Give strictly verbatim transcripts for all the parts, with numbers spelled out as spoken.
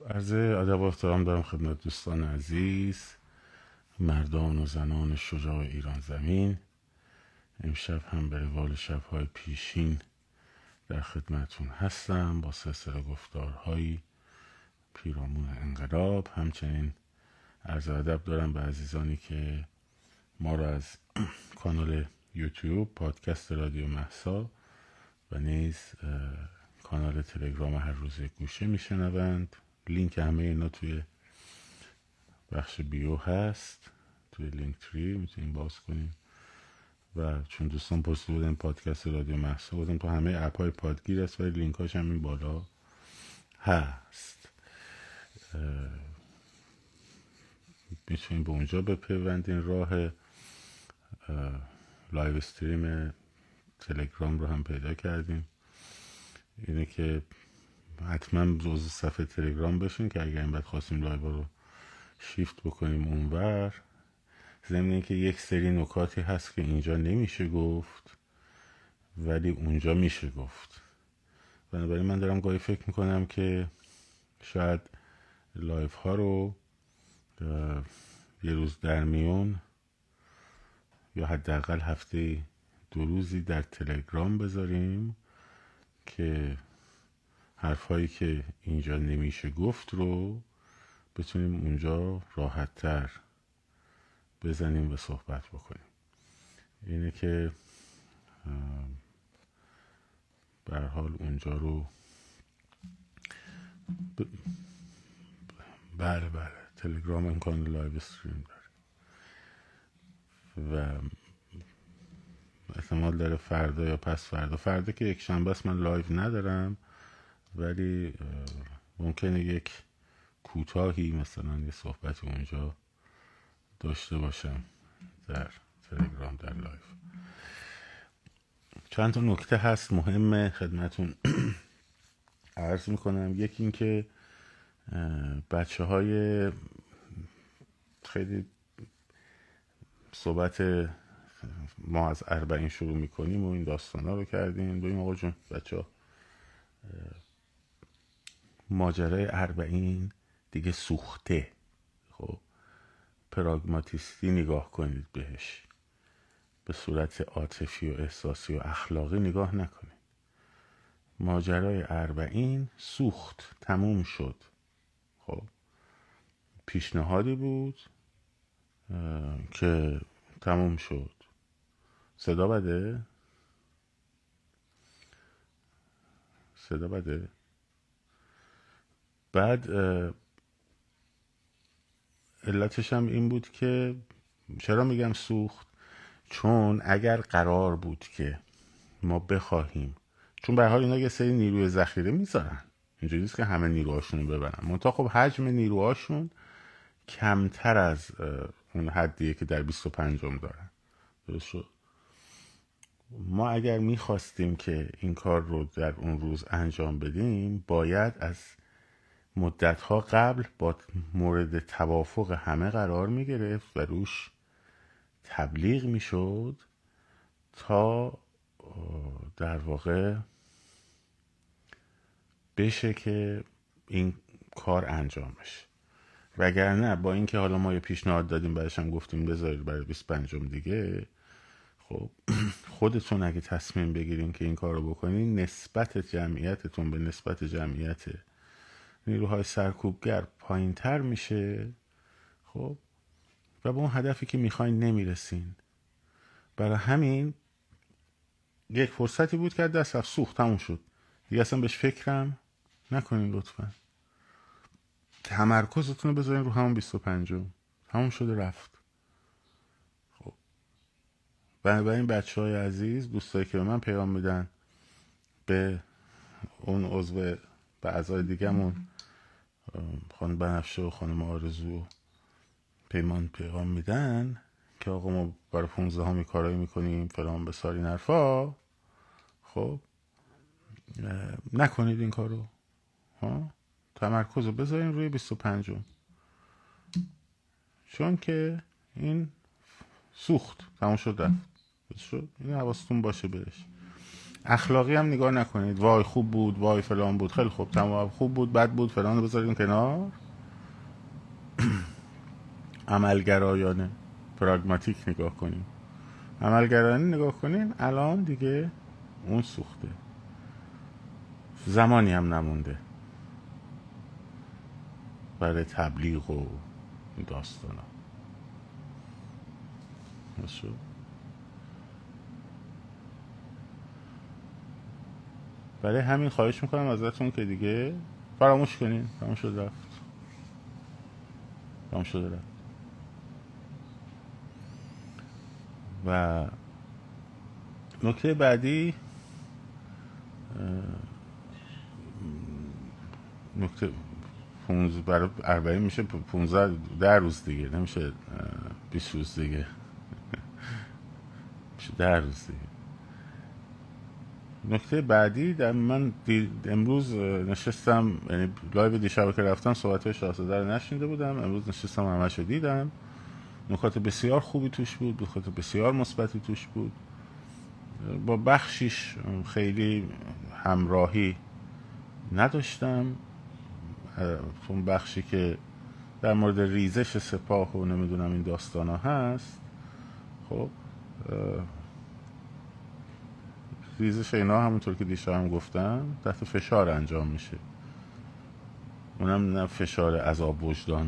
عرض ادب و احترام دارم خدمت دوستان عزیز، مردان و زنان شجاع ایران زمین. امشب هم به روال شب‌های پیشین در خدمتون هستم با سلسله گفتارهایی پیرامون انقلاب. همچنین عرض ادب دارم به عزیزانی که ما را از کانال یوتیوب پادکست رادیو مهسا و نیز کانال تلگرام هر روز یک گوشه میشنوند. لینک همه اینا توی بخش بیو هست، توی لینک تری میتونیم باز کنیم. و چون دوستان پرسیده بودن پادکست رادیو مهسا، بودم تو همه اپ های پادگیر هست ولی لینک هاش هم این بالا هست، میتونیم به اونجا بپیوندین. راه لایو استریم تلگرام رو هم پیدا کردیم، اینه که حتما جزء صفحه تلگرام بشین که اگر این بعد خواستیم لایو رو شیفت بکنیم اونور. ضمن اینکه یک سری نکاتی هست که اینجا نمیشه گفت ولی اونجا میشه گفت، بنابراین من دارم گاهی فکر میکنم که شاید لایف ها رو یه روز در میون یا حداقل هفته دو روزی در تلگرام بذاریم که حرفایی که اینجا نمیشه گفت رو بتونیم اونجا راحت تر بزنیم و صحبت بکنیم. اینه که به هر حال اونجا رو ب... بله بله تلگرام امکان لایو استریم داره و احتمال داره فردا یا پس فردا فردا که یک شنبه است من لایو ندارم، ولی ممکنه یک کوتاهی مثلا یه صحبتی اونجا داشته باشم در تلگرام در لایو. چند تا نکته هست مهمه خدمتون عرض میکنم. یکی این که بچه های خیلی صحبت ما از اربعین شروع میکنیم و این داستان ها رو کردیم. ببین آقا جون بچه ها، ماجرای اربعین دیگه سوخته. خب پراگماتیستی نگاه کنید بهش، به صورت عاطفی و احساسی و اخلاقی نگاه نکنید. ماجرای اربعین سوخت، تموم شد. خب پیشنهادی بود که تموم شد. صدا بده؟ صدا بده؟ بعد علتش هم این بود که چرا میگم سوخت؟ چون اگر قرار بود که ما بخواهیم، چون به حال اینا یه سری نیروی ذخیره میذارن، اینجوری نیست که همه نیروهاشون رو ببرن، منتها خب حجم نیروهاشون کمتر از اون حدیه که در بیست و پنجم دارن. درست شد؟ ما اگر میخواستیم که این کار رو در اون روز انجام بدیم باید از مدتها قبل با مورد توافق همه قرار میگرفت و روش تبلیغ میشد تا در واقع بشه که این کار انجام بشه. وگرنه با اینکه حالا ما یه پیشنهاد دادیم بعدش هم گفتیم بذارید برای بیست و پنجم دیگه، خب خودتون اگه تصمیم بگیرین که این کار رو بکنین نسبت جمعیتتون به نسبت جمعیت نیروهای سرکوبگر پایین تر میشه. خب و به اون هدفی که میخواین نمیرسین. برای همین یک فرصتی بود که دست رفت، سوخت، تموم شد دیگه. اصلا بهش فکرم نکنین لطفا. تمرکزتون رو بذارین رو همون بیست و پنجم. تموم شده رفت. خب بنابراین بچه های عزیز، دوستایی که به من پیام میدن، به اون عضو به اعضای دیگه‌مون خانم بنفشه و خانم آرزو پیمان پیغام میدن که آقا ما برای پونزده همی کارایی میکنیم فلان بسار این حرفا، خب نکنید این کارو. ها تمرکز رو بذارین روی بیست و پنجم، چون که این سوخت، تموم شد رفت شد. این حواستون باشه بهش. اخلاقی هم نگاه نکنید، وای خوب بود، وای فلان بود، خیلی خوب تمام، خوب بود بد بود فلان رو بذارید کنار. عملگرایانه پراگماتیک نگاه کنیم. عملگرایانه نگاه کنین، الان دیگه اون سوخته، زمانی هم نمونده برای تبلیغ و داستانا. برای همین خواهش میکنم ازتون که دیگه فراموش کنین. تمام شد رفت، تمام شده رفت. و نکته بعدی، نکته پونزده برای اربعین میشه پونزده ده روز دیگه، نمیشه بیست روز دیگه، میشه ده روز دیگه. نکته بعدی، در من امروز نشستم، یعنی لایو دیشب که رفتم صحبت شاهزاده رو نشنیده بودم، امروز نشستم همش رو دیدم. نکات بسیار خوبی توش بود، نکات بسیار مثبتی توش بود. با بخشیش خیلی همراهی نداشتم، اون بخشی که در مورد ریزش سپاه و نمیدونم این داستان ها هست. خب ریزش اینا همونطور که دیشب هم گفتم تحت فشار انجام میشه، اونم نه فشار عذاب وجدان،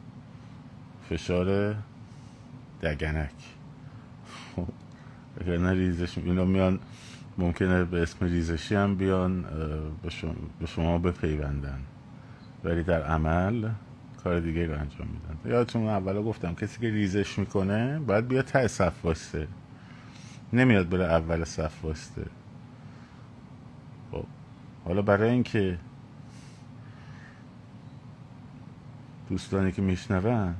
فشار دگنک. خب اگر نه ریزش اینا میان، ممکنه به اسم ریزشی هم بیان به شما, به شما بپیوندن، ولی در عمل کار دیگه رو انجام میدن. یادتون اولا گفتم کسی که ریزش میکنه باید بیاد ته صف واسته، نمیاد بره اول صف واسته. خب حالا برای اینکه دوستانی که میشنون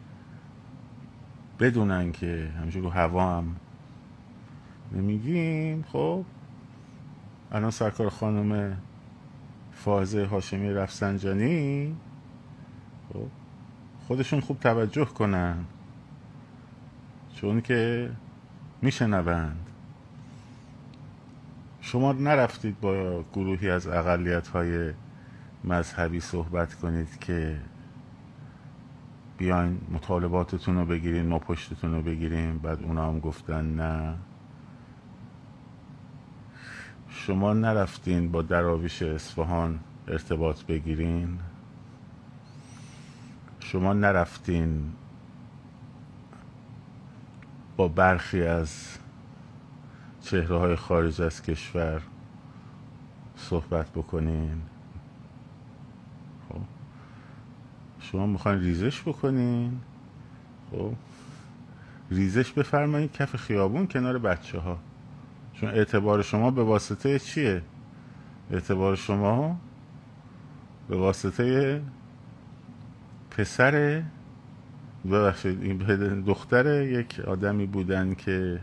بدونن که همینجور هوا هم نمیگیم، خب الان سرکار خانم فائزه هاشمی رفسنجانی خب خودشون خوب توجه کنن، چون که میشنوند. شما نرفتید با گروهی از اقلیت‌های مذهبی صحبت کنید که بیاین مطالباتتون رو بگیرین، ما پشتتون رو بگیریم، بعد اونا هم گفتن نه. شما نرفتین با دراویش اصفهان ارتباط بگیرین، شما نرفتین با برخی از چهره های خارج از کشور صحبت بکنین. خب شما میخواین ریزش بکنین، خب ریزش بفرمایید کف خیابون کنار بچه ها، چون اعتبار شما به واسطه چیه؟ اعتبار شما به واسطه پسر ببخشید این دختر یک آدمی بودن که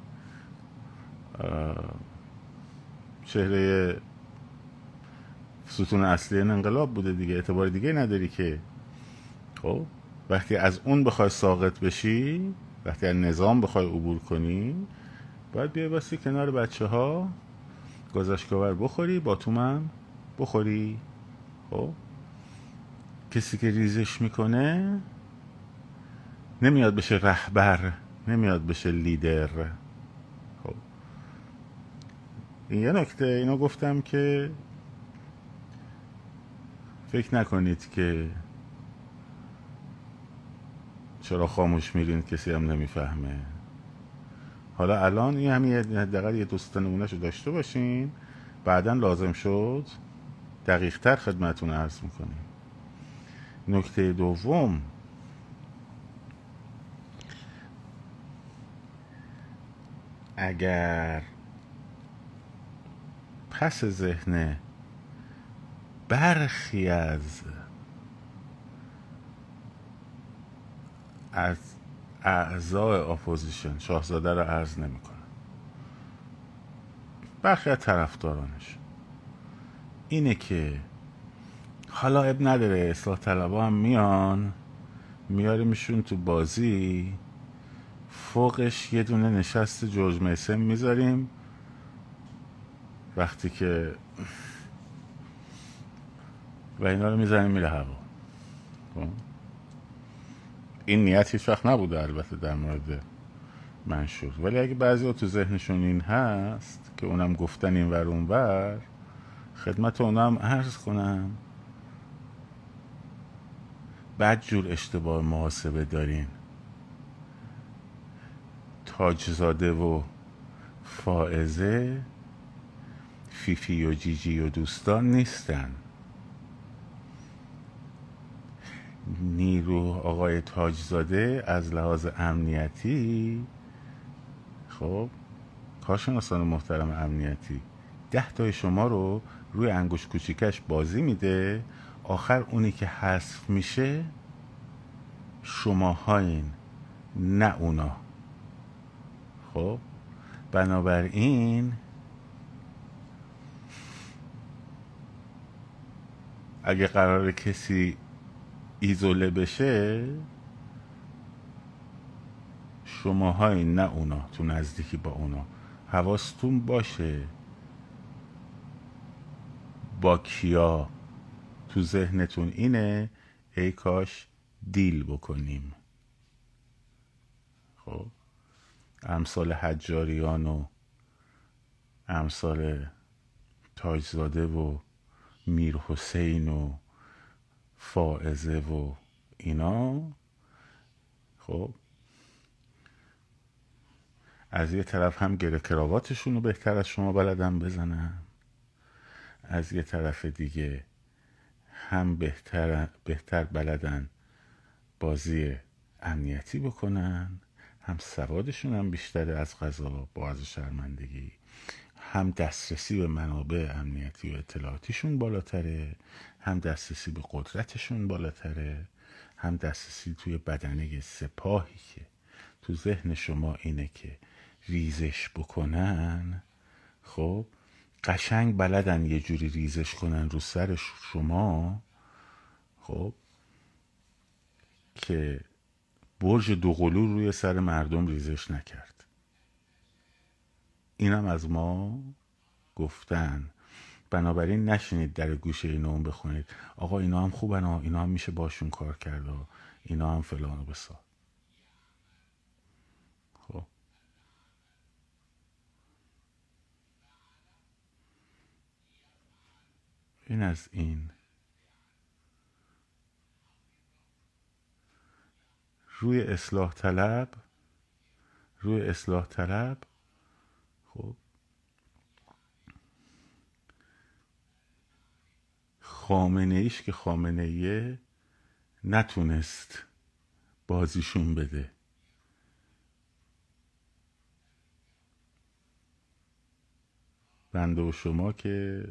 چهره ستون اصلی انقلاب بوده دیگه، اعتبار دیگه نداری که. خب وقتی از اون بخوای ساقط بشی، وقتی از نظام بخوای عبور کنی، باید بیای باسی کنار بچه ها گازشکاور بخوری، با تومم بخوری. خب کسی که ریزش میکنه نمیاد بشه رهبر، نمیاد بشه لیدر. خب این یه نکته، اینو گفتم که فکر نکنید که چرا خاموش میرین کسی هم نمیفهمه. حالا الان این همین حداقل یه دوست نمونهشو داشته باشین، بعدن لازم شد دقیق تر خدمتون عرض میکنیم. نکته دوم، اگر پس ذهن برخی از از اعضای اپوزیشن، شاهزاده رو عرض نمی کنم، برخی از طرفدارانش، اینه که حالا اب نداره اصلاح طلبا هم میان میاریمشون تو بازی، فوقش یه دونه نشست جورج میسن میذاریم وقتی که و اینا رو میزنه میره هوا. این نیت هیچ وقت نبوده البته در مورد منشور، ولی اگه بعضی ها تو ذهنشون این هست که اونم گفتن این ور اون ور، خدمت اونم عرض کنم بد جور اشتباه محاسبه دارین. تاجزاده و فائزه فیفی و جیجی و دوستان نیستن. نیرو آقای تاجزاده از لحاظ امنیتی، خب کارشناسان محترم امنیتی، ده تای شما رو روی انگوش کوچیکش بازی میده، آخر اونی که حذف میشه شماهاین نه اونا. خب بنابراین اگه قرار کسی ایزوله بشه شماهاین نه اونا، تو نزدیکی با اونا. حواستون باشه با کیا تو ذهنتون اینه ای کاش دیل بکنیم. خب امثال حجاریان و امثال تاجزاده و میر حسین و فائزه و اینا، خب از یه طرف هم گره کراواتشون رو بهتر از شما بلدن بزنن، از یه طرف دیگه هم بهتر, بهتر بلدن بازی امنیتی بکنن، هم سوادشون هم بیشتره از قضا با از شرمندگی، هم دسترسی به منابع امنیتی و اطلاعاتیشون بالاتره، هم دسترسی به قدرتشون بالاتره، هم دسترسی توی بدنه سپاهی که تو ذهن شما اینه که ریزش بکنن. خب قشنگ بلدن یه جوری ریزش کنن رو سر شما، خب که برج دوقلو روی سر مردم ریزش نکرد. اینم از ما گفتن. بنابراین نشینید در گوشه اینا هم بخونید آقا اینا هم خوبن ها، اینا هم میشه باشون کار کرد ها، اینا هم فلان و بسار. خب این از این. روی اصلاح طلب روی اصلاح طلب خب خامنه ایش که خامنه ایه نتونست بازیشون بده. بنده و شما که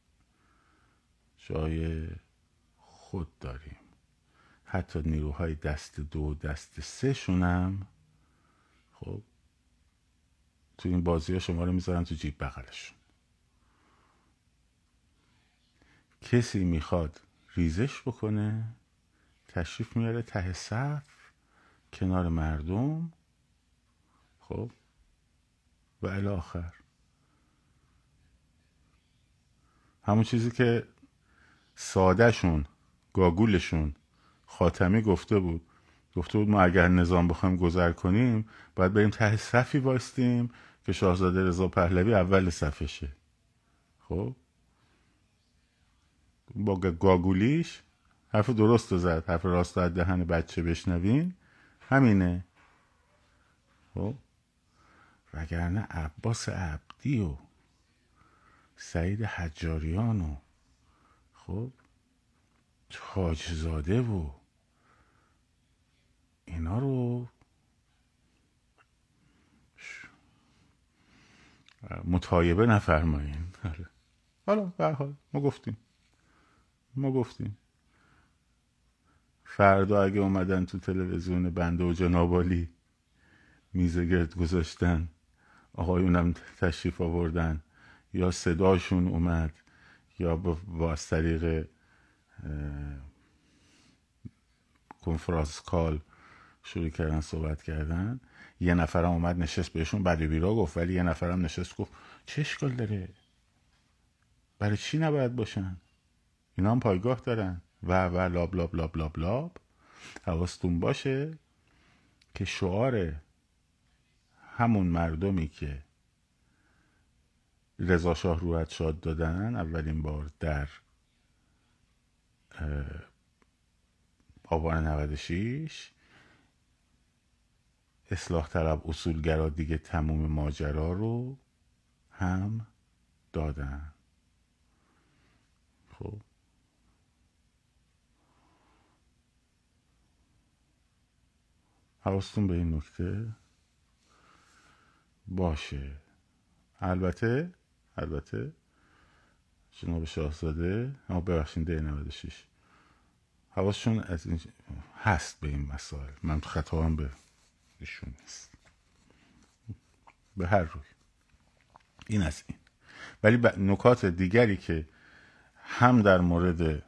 جای خود داریم، حتی نیروهای دست دو دست سه شونم خب تو این بازی ها شما رو میذارن تو جیب بغلشون. کسی میخواد ریزش بکنه تشریف میاره ته صف کنار مردم، خب و الی آخر همون چیزی که سادهشون گاگولشون خاتمی گفته بود. گفته بود ما اگر نظام بخوایم گذر کنیم باید بریم ته صفی وایستیم که شاهزاده رضا پهلوی اول صفشه. خب با گاگولیش حرف درست زد، حرف راست از دهن بچه بشنوین همینه. خب وگرنه عباس عبدی و سعید حجاریان و خب تاجزاده و اینا رو مطایبه نفرمایین. حالا به هر حال ما گفتیم ما گفتیم فردا اگه اومدن تو تلویزیون بنده و جنابالی میزه گرد گذاشتن، آقایونم تشریف آوردن یا صداشون اومد یا با از طریق کنفرانس کال شروع کردن صحبت کردن، یه نفرم اومد نشست بهشون بد و بیرا گفت، ولی یه نفرم نشست گفت چه اشکال داره، برای چی نباید باشن؟ اینا هم پایگاه دارن و و لاب لاب لاب لاب لاب. حواستون باشه که شعار همون مردمی که رضا شاه روحت شاد دادن اولین بار در آبان نود و شش، اصلاح طلب اصولگرا دیگه تموم ماجرا رو هم دادن. خب حواستون به این نکته باشه. البته البته جناب شاهزاده، اما ببخشید ده نود و شش حواسشون از این هست به این مسائل. من خطا هم به ایشون نیست. به هر روی این از این. ولی نکات دیگری که هم در مورد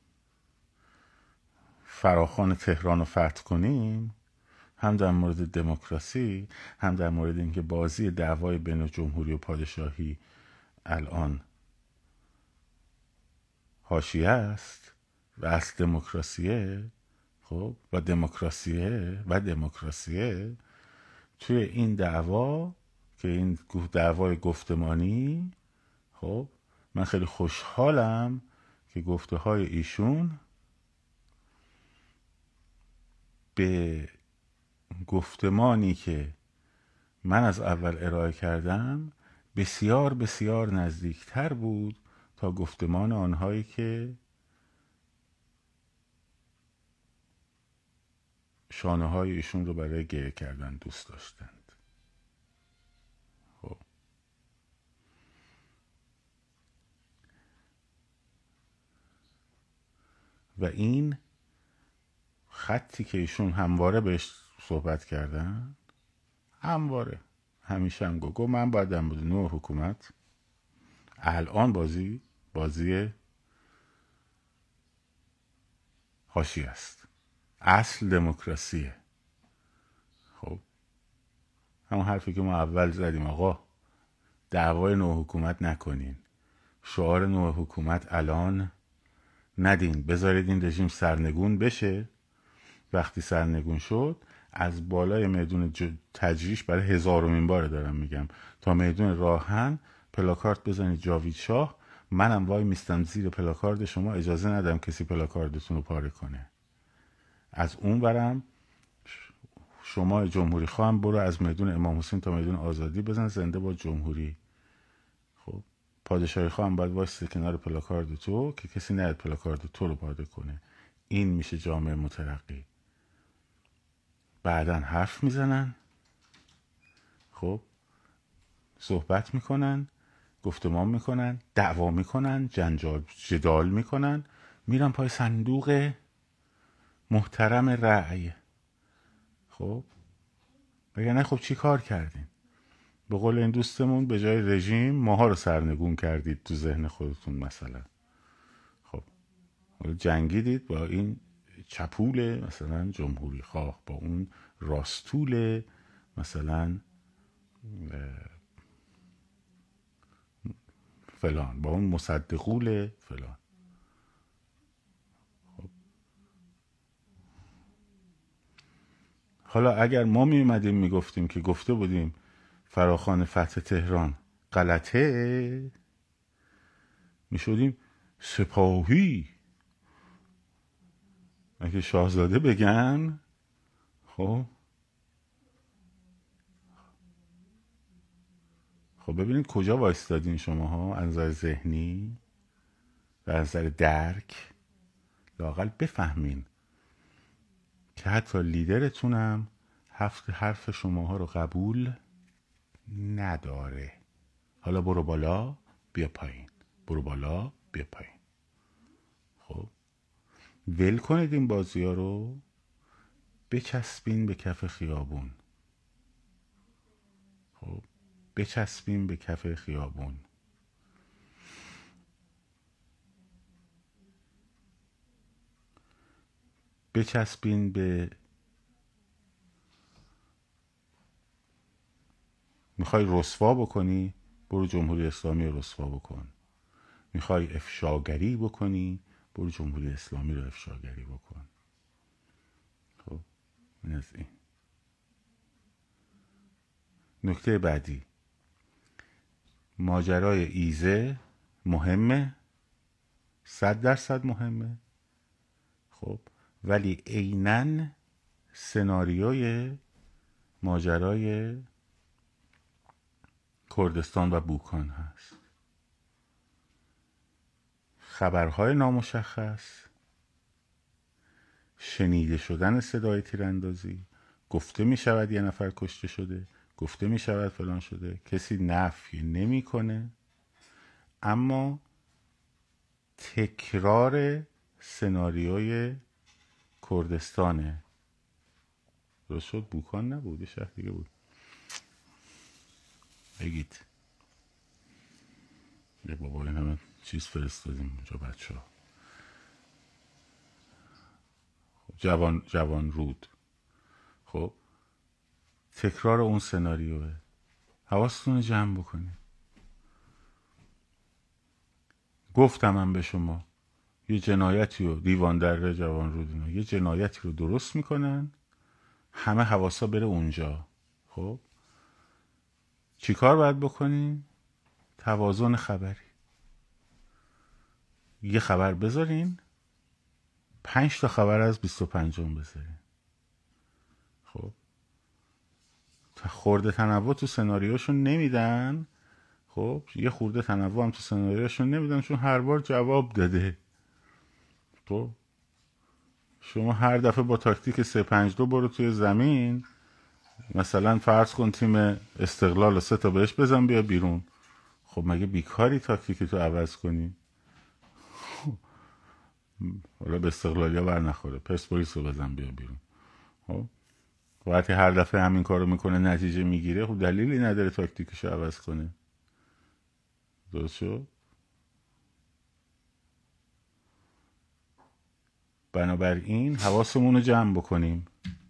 فراخوان تهران رو فتح کنیم، هم در مورد دموکراسی، هم در مورد اینکه بازی دعوای بین جمهوری و پادشاهی الان حاشیه است و اصل دموکراسیه. خب و دموکراسیه و دموکراسیه توی این دعوا که این دعوای گفتمانی، خب من خیلی خوشحالم که گفته های ایشون به گفتمانی که من از اول ارائه کردم بسیار بسیار نزدیکتر بود تا گفتمان آنهایی که شانه های ایشون رو برای گریه کردن دوست داشتند. خب و این خطی که ایشون همواره بهش صحبت کردن، همواره همیشه هم گو من باید در مورد نوع حکومت الان بازی بازی حاشیه است، اصل دموکراسیه. خب همون حرفی که ما اول زدیم، آقا دعوای نوع حکومت نکنین، شعار نوع حکومت الان ندین، بذارید این رژیم سرنگون بشه. وقتی سرنگون شد از بالای میدون تجریش برای هزارمین بار دارم میگم تا میدون راهن پلاکارد بزنید جاوید شاه، منم وای میستم زیر پلاکارد شما، اجازه ندم کسی پلاکاردتون رو پاره کنه. از اون برم شما جمهوری خواهم برو از میدون امام حسین تا میدون آزادی بزن زنده با جمهوری. خب پادشاهی خواهم باید واسه کنار پلاکارد تو که کسی نیاد پلاکارد تو رو پاره کنه. این میشه جامعه مترقی. بعدن حرف میزنن، خب صحبت میکنن، گفتمان میکنن، دعوا میکنن، جنجال جدال میکنن، میرن پای صندوق محترم رأی. خب بگن خب چی کار کردین؟ به قول این دوستمون به جای رژیم ماها رو سرنگون کردید تو ذهن خودتون مثلا. خب جنگیدید با این چپول مثلا جمهوری خواه، با اون راستول مثلا فلان، با اون مصدقول فلان. خب حالا اگر ما می اومدیم می گفتیم که گفته بودیم فراخوان فتح تهران غلطه، می شدیم سپاهی اگه شاهزاده بگن. خب خب ببینید کجا وایستادین شما ها از نظر ذهنی و از نظر درک. لااقل بفهمین که حتی لیدرتونم هفت حرف شماها رو قبول نداره. حالا برو بالا بیا پایین، برو بالا بیا پایین. خب ول کنید این بازی ها رو، بچسبین به کف خیابون. خب بچسبین به کف خیابون. بچسبین به، میخوای رسوا بکنی برو جمهوری اسلامی رو رسوا بکن، میخوای افشاگری بکنی، برو جمهوری اسلامی رو افشاگری بکن. خب این از این. نکته بعدی، ماجرای ایزه مهمه، صد درصد مهمه. خب ولی عیناً سناریوی ماجرای کردستان و بوکان هست. خبرهای نامشخص، شنیده شدن صدای تیراندازی، گفته می شود یه نفر کشته شده، گفته می شود فلان شده، کسی نفی نمی کنه، اما تکرار سناریوی کردستانه. درست شد؟ بوکان نبود، یه شهر دیگه بود. بگید یه بابا این همه چیز فرستادیم اونجا بچه ها. جوان جوان رود. خب تکرار اون سناریوه. حواستون رو جمع بکنید. گفتم من به شما یه جنایتی رو، دیوان دره جوان رود اینا یه جنایتی رو درست میکنن، همه حواسا بره اونجا. خب چی کار باید بکنین؟ توازن خبری. یه خبر بذارین، پنج تا خبر از بیست و پنجم بذارین. خب خورده تنوع تو سناریوشون نمیدن. خب یه خورده تنوع هم تو سناریوشون نمیدن، چون هر بار جواب داده. خب شما هر دفعه با تاکتیک سه پنج دو برو توی زمین، مثلا فرض کن تیم استقلال و سه تا بهش بزن بیا بیرون. خب مگه بیکاری تاکتیکی تو عوض کنی؟ حالا به استقلالیا بر نخوره، پرسپولیس رو بزن بیا بیرون. خب وقتی هر دفعه همین کارو میکنه نتیجه میگیره، خب دلیلی نداره تاکتیکشو عوض کنه. درست شد؟ بنابراین حواسمون رو جمع بکنیم،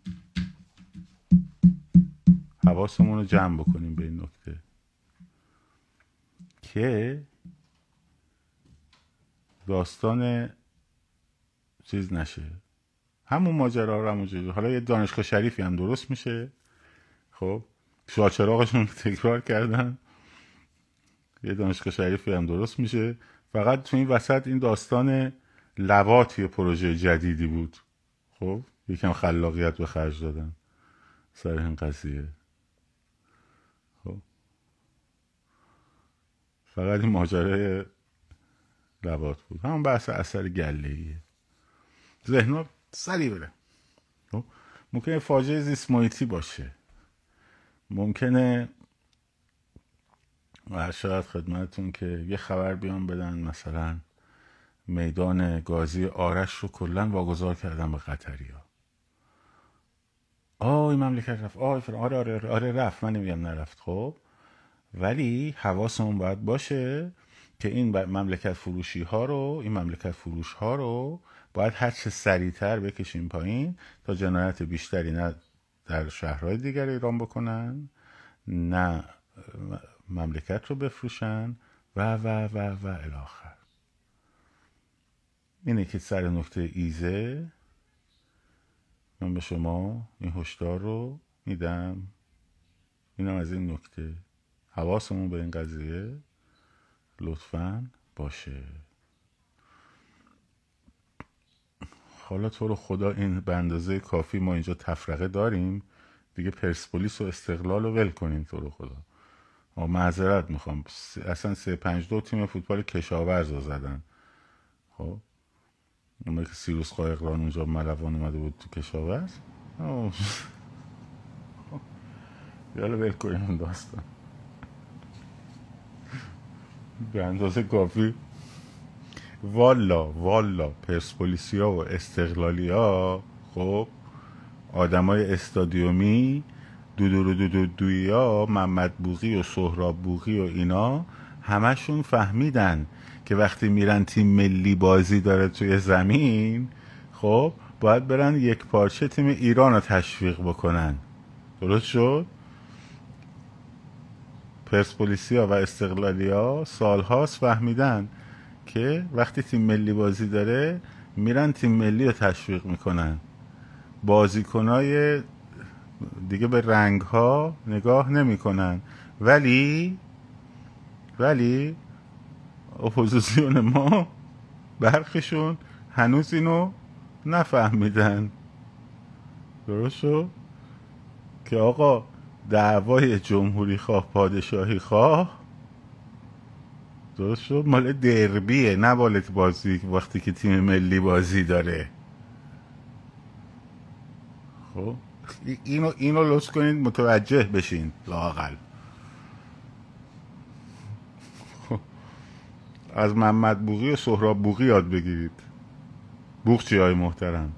حواسمون رو جمع بکنیم به این نکته که داستان چیز نشه، همون ماجرا رو همونجوری. حالا یه دانشگاه شریفی هم درست میشه. خب شاچراغشون تکرار کردن، یه دانشگاه شریفی هم درست میشه. فقط تو این وسط این داستان لواط یه پروژه جدیدی بود. خب یکم خلاقیت به خرج دادن سر این قضیه. خب فقط این ماجرای لواط بود، همون بحث اثر گله‌ایه. ذهن‌ها سری بره. خب ممکنه فاجعه زیست محیطی باشه، ممکنه و شاید خدمتتون که یه خبر بیان بدن مثلا میدان گازی آرش رو کلن واگذار کردن به قطری‌ها. آه این مملکت رفت، آه فران. آره آره آره رفت، من نمیگم نرفت. خب ولی حواسمون باید باشه که این مملکت فروشی ها رو، این مملکت فروش ها رو باید هر چه سریعتر بکشیم پایین تا جنایت بیشتری نه در شهرهای دیگر ایران بکنن، نه مملکت رو بفروشن و و و و الاخر. اینه که سر نکته ایزه من به شما این هشدار رو میدم. اینم از این نکته، حواسمون به این قضیه لطفاً باشه. حالا تو رو خدا این به اندازه کافی ما اینجا تفرقه داریم دیگه، پرسپولیس و استقلال رو ول کنیم تو رو خدا. ما معذرت میخوام، اصلا سه پنج دو تیم فوتبال کشاورز رو زدن. خب اون که سیروس قایقران اونجا ملوان اومده بود تو کشاورز، یالا ول کنیم اون داستان. به اندازه کافی والا والا پرسپولیسیا و استقلالیا، خب آدمای استادیومی دودو دودو دویا محمد بوقی و سهراب بوقی و اینا همشون فهمیدن که وقتی میرن تیم ملی بازی داره توی زمین، خب باید برن یک پارچه تیم ایران رو تشویق بکنن. درست شد؟ پرسپولیسیا و استقلالیا سالهاست فهمیدن که وقتی تیم ملی بازی داره میرن تیم ملی رو تشویق میکنن، بازیکنای دیگه به رنگ ها نگاه نمیکنن، ولی ولی اپوزیسیون ما برخشون هنوز اینو نفهمیدن. درست شد که آقا دعوای جمهوری خواه پادشاهی خواه، درست شد، مال دربیه، نه مال بازی وقتی که تیم ملی بازی داره. خب اینو اینو لطف کنید متوجه بشین لااقل. خب از محمد بوقی و سهراب بوقی یاد بگیرید. بوقچی های محترم،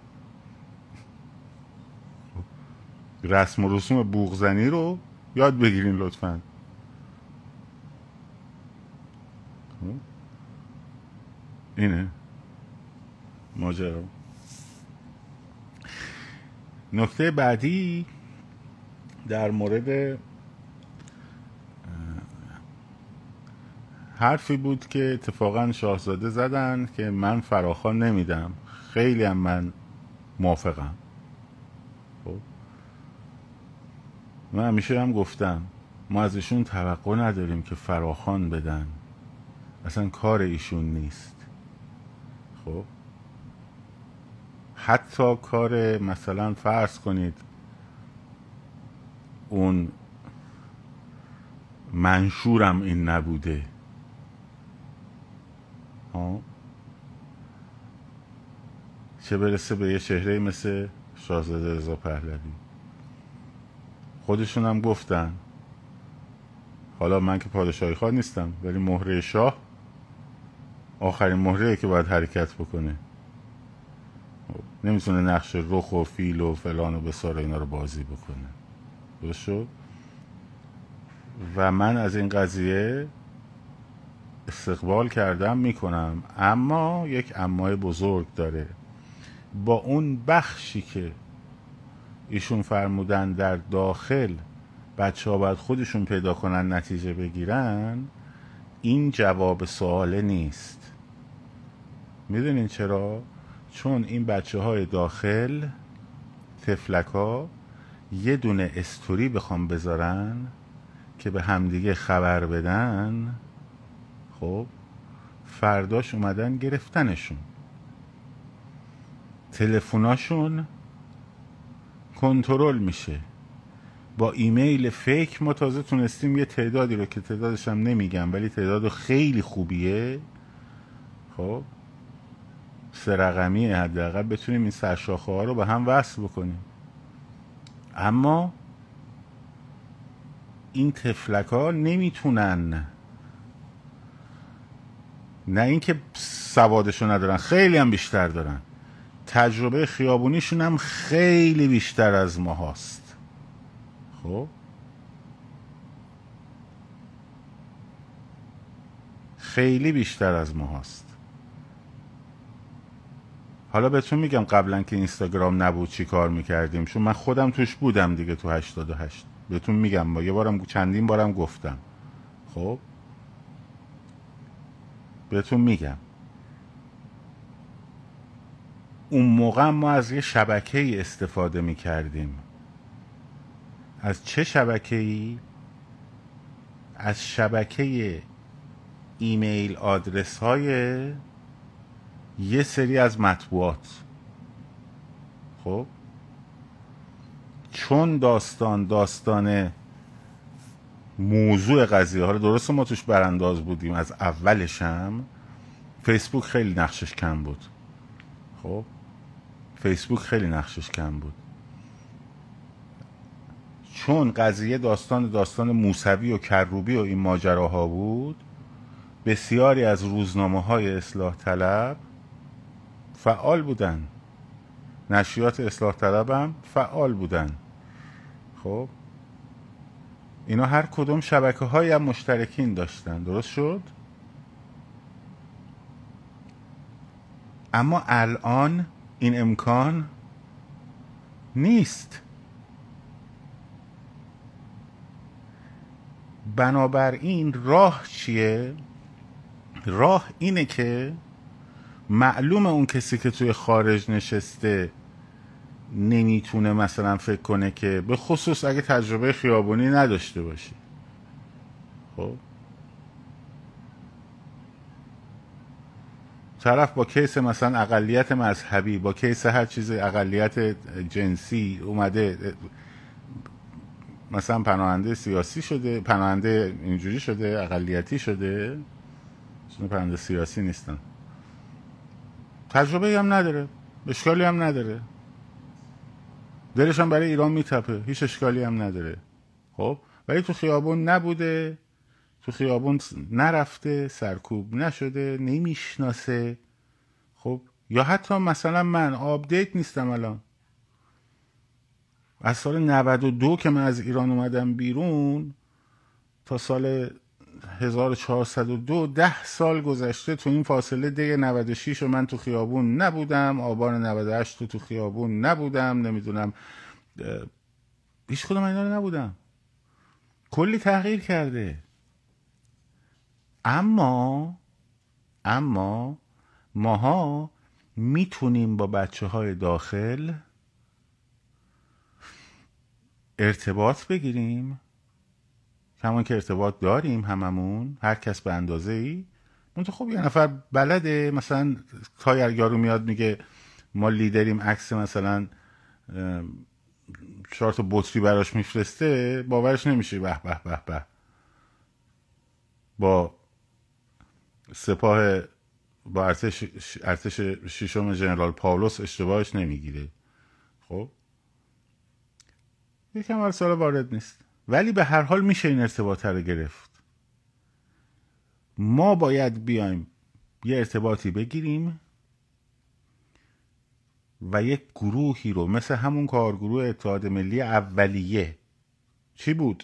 رسم و رسوم بوقزنی رو یاد بگیرین لطفا. اینه ماجرا. نکته بعدی در مورد حرفی بود که اتفاقا شاهزاده زدن که من فراخوان نمیدم، خیلی هم من موافقم. خب من همیشه هم گفتم ما از ایشون توقع نداریم که فراخوان بدن، اصلا کار ایشون نیست. خب حتی کار مثلا فرض کنید اون منشورم این نبوده، ها، چه برسه به یه چهره مثل شاهزاده رضا پهلوی. خودشون هم گفتن، حالا من که پادشاهی خواه نیستم، ولی مهره شاه آخرین مهره که باید حرکت بکنه، نمیتونه نقش رخ و فیل و فلان و بسار اینا رو بازی بکنه. درست شد؟ و من از این قضیه استقبال کردم، میکنم، اما یک امای بزرگ داره. با اون بخشی که ایشون فرمودن در داخل بچه ها باید خودشون پیدا کنن نتیجه بگیرن، این جواب سواله نیست. میدونین چرا؟ چون این بچه های داخل تفلک ها یه دونه استوری بخوام بذارن که به همدیگه خبر بدن، خب فرداش اومدن گرفتنشون، تلفناشون کنترل میشه. با ایمیل فیک ما تازه تونستیم یه تعدادی رو که تعدادش هم نمیگم ولی تعداد خیلی خوبیه، خب سه رقمی حداقل، بتونیم این سرشاخه ها رو به هم وصل بکنیم. اما این تفلک ها نمیتونن، نه اینکه سوادشو ندارن، خیلی هم بیشتر دارن، تجربه خیابونیشون هم خیلی بیشتر از ما هاست. خب خیلی بیشتر از ما هاست. حالا بهتون میگم قبلا که اینستاگرام نبود چی کار میکردیم، چون من خودم توش بودم دیگه تو هشتاد و هشت. بهتون میگم با یه بارم چندین بارم گفتم. خب بهتون میگم اون موقع ما از یه شبکه‌ای استفاده میکردیم. از چه شبکه‌ای؟ از شبکه ایمیل آدرس های یه سری از مطبوعات. خب چون داستان داستان موضوع قضیه ها رو درست ما توش برانداز بودیم از اولش، هم فیسبوک خیلی نقشش کم بود. خب فیسبوک خیلی نقشش کم بود چون قضیه داستان داستان موسوی و کروبی و این ماجراها بود. بسیاری از روزنامه های اصلاح طلب فعال بودن، نشریات اصلاح طلب هم فعال بودن. خب اینا هر کدوم شبکه های هم مشترکین داشتن. درست شد؟ اما الان این امکان نیست. بنابراین راه چیه؟ راه اینه که معلومه اون کسی که توی خارج نشسته نمیتونه مثلا فکر کنه که، به خصوص اگه تجربه خیابونی نداشته باشی، خب طرف با کیس مثلا اقلیت مذهبی، با کیس هر چیز اقلیت جنسی اومده، مثلا پناهنده سیاسی شده، پناهنده اینجوری شده، اقلیتی شده، چون پناهنده سیاسی نیستن، تجربه هم نداره، اشکالی هم نداره، دلش هم برای ایران میتپه، هیچ اشکالی هم نداره. خب ولی تو خیابون نبوده، تو خیابون نرفته، سرکوب نشده، نمیشناسه. خب یا حتی مثلا من آپدیت نیستم الان، از سال نود و دو که من از ایران اومدم بیرون تا سال هزار و چهارصد و دو، ده سال گذشته، تو این فاصله دیگه نود و شش و من تو خیابون نبودم، آبان نود و هشت تو خیابون نبودم، نمیدونم هیچ کدوم اینا رو نبودم. کلی تغییر کرده. اما اما ماها میتونیم با بچه های داخل ارتباط بگیریم، همون که ارتباط داریم هممون، هر کس به اندازه ای. اون تو خب یه نفر بلده، مثلا تا یارو میاد میگه ما لیدریم، عکس مثلا چهار تا بطری براش میفرسته، باورش نمیشه. به به به به، با سپاه، با ارتش ارتش ششم ژنرال پاولوس اشتباهش نمیگیره. خب یکم اول سال وارد نیست، ولی به هر حال میشه این ارتباط رو گرفت. ما باید بیایم یه ارتباطی بگیریم و یک گروهی رو مثل همون کارگروه اتحاد ملی اولیه، چی بود؟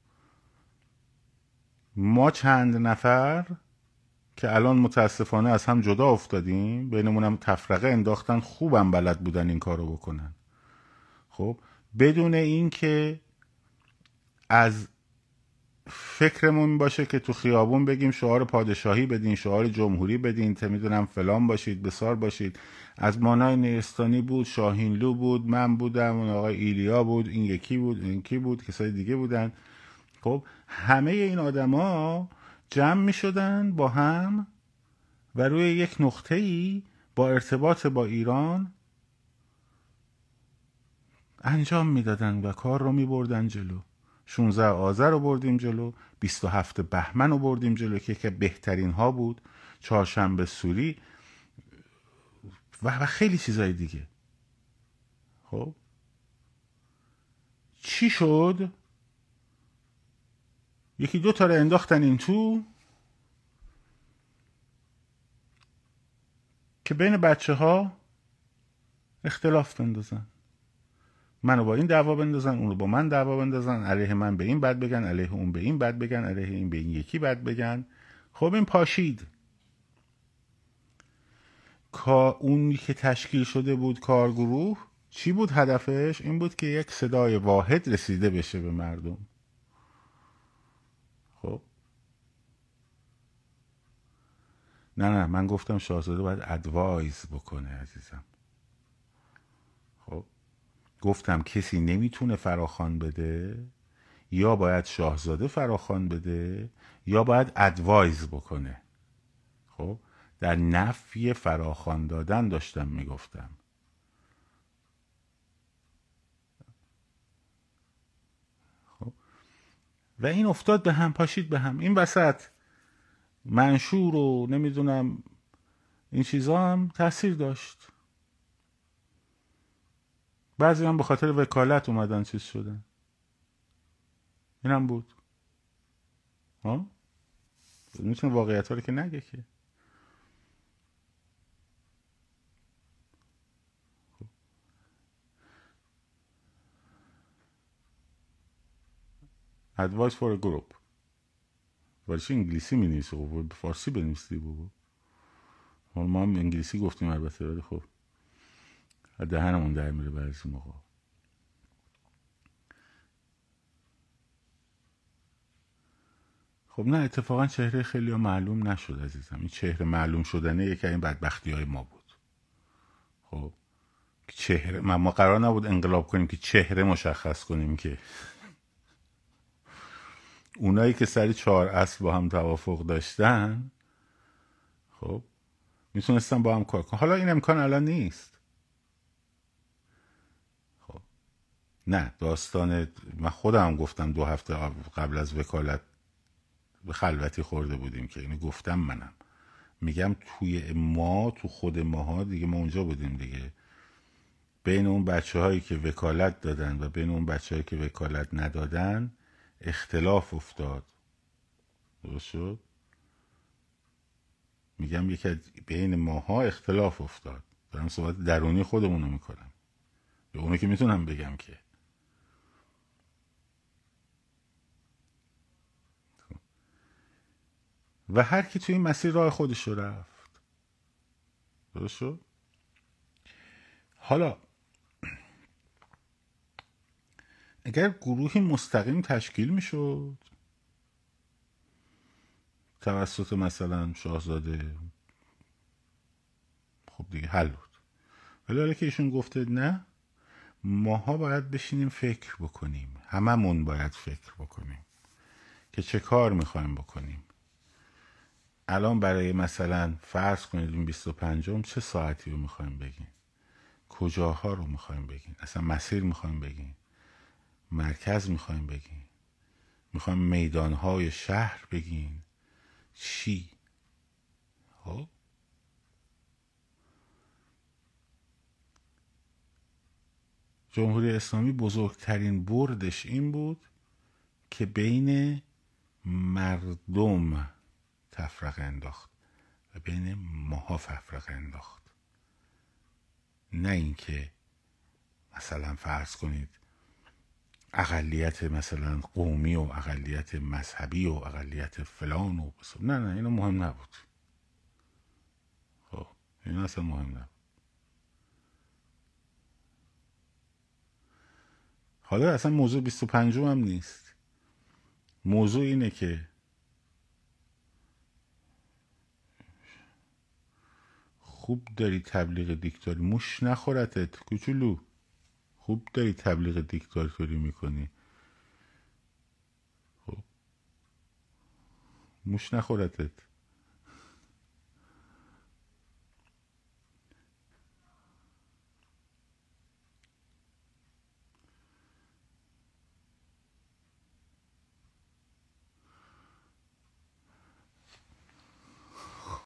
ما چند نفر که الان متاسفانه از هم جدا افتادیم، بینمون هم تفرقه انداختن، خوبم بلد بودن این کارو بکنن. خب بدون این که از فکرمون باشه که تو خیابون بگیم شعار پادشاهی بدین، شعار جمهوری بدین، ته میدونم فلان باشید، بسار باشید. از مانای نیستانی بود، شاهینلو بود، من بودم، اون آقای ایلیا بود، این یکی بود، این کی بود، کسای دیگه بودن. خب همه این آدما جمع می شدن با هم و روی یک نقطه‌ای با ارتباط با ایران انجام میدادن و کار رو می بردن جلو. شانزده آذر رو بردیم جلو، بیست و هفت بهمن رو بردیم جلو که که بهترین ها بود، چهارشنبه سوری و خیلی چیزای دیگه. خب چی شد؟ یکی دو تا رو انداختن این تو که بین بچه ها اختلاف بندازن، منو با این دعوا بندازن، اونو با من دعوا بندازن، علیه من به این بد بگن، علیه اون به این بد بگن، علیه این به این یکی بد بگن. خب این پاشید. کا اونی که تشکیل شده بود کارگروه، چی بود هدفش؟ این بود که یک صدای واحد رسیده بشه به مردم. خب نه نه من گفتم شاهزاده باید ادوایز بکنه عزیزم. خب گفتم کسی نمیتونه فراخوان بده، یا باید شاهزاده فراخوان بده یا باید ادوایز بکنه. خب در نفی فراخوان دادن داشتم میگفتم. خب و این افتاد به هم، پاشید به هم. این وسط منشور و نمیدونم این چیزا هم تاثیر داشت. بعضی هم به خاطر وکالت اومدن چیز شدن. این هم بود. ها میتونه واقعیت ها رو که نگه که. advice for a group ولیش انگلیسی می نیست و فارسی بنویسی بابا. حالا ما هم انگلیسی گفتیم البته، ولی خب دهنمون در میره بعضی موقع. خب نه، اتفاقا چهره خیلی ها معلوم نشد عزیزم. این چهره معلوم شدنه یکی این بدبختی های ما بود. خب چهره ما, ما قرار نبود انقلاب کنیم که چهره مشخص کنیم، که اونایی که سر چهار اصل با هم توافق داشتن خب میتونستن با هم کار کنن. حالا این امکان الان نیست. خب نه، داستان من خودم گفتم دو هفته قبل از وکالت به خلوتی خورده بودیم که اینو گفتم. منم میگم توی ما، تو خود ماها دیگه، ما اونجا بودیم دیگه، بین اون بچه هایی که وکالت دادن و بین اون بچه هایی که وکالت ندادن اختلاف افتاد. درست شد؟ میگم یکی بین ماها اختلاف افتاد. دارم صحبت درونی خودمونو میکنم، به اونو که میتونم بگم که و هر کی توی این مسیر راه خودش رو رفت. درست شد؟ حالا اگر گروهی مستقیم تشکیل میشد توسط مثلا شاهزاده، خب دیگه حل بود. ولی حالا که ایشون گفته نه، ماها باید بشینیم فکر بکنیم، هممون باید فکر بکنیم که چه کار میخوایم بکنیم. الان برای مثلا فرض کنید این بیست و پنجم چه ساعتی رو میخوایم بگیم، کجاها رو میخوایم بگیم، اصلا مسیر میخوایم بگیم، مرکز میخوایم بگیم، میخوایم میدانهای شهر بگیم، چی؟ خب جمهوری اسلامی بزرگترین بردش این بود که بین مردم تفرقه انداخت و بین ماها تفرقه انداخت. نه اینکه مثلا فرض کنید اقلیت مثلا قومی و اقلیت مذهبی و اقلیت فلان و بسید. نه نه اینو مهم نبود. خب این اصلا مهم نبود. حالا اصلا موضوع بیست و پنجم هم نیست. موضوع اینه که خوب داری تبلیغ دیکتاتوری، موش نخورتت کوچولو، خوب داری تبلیغ دیکتاتوری میکنی، خب موش نخورتت.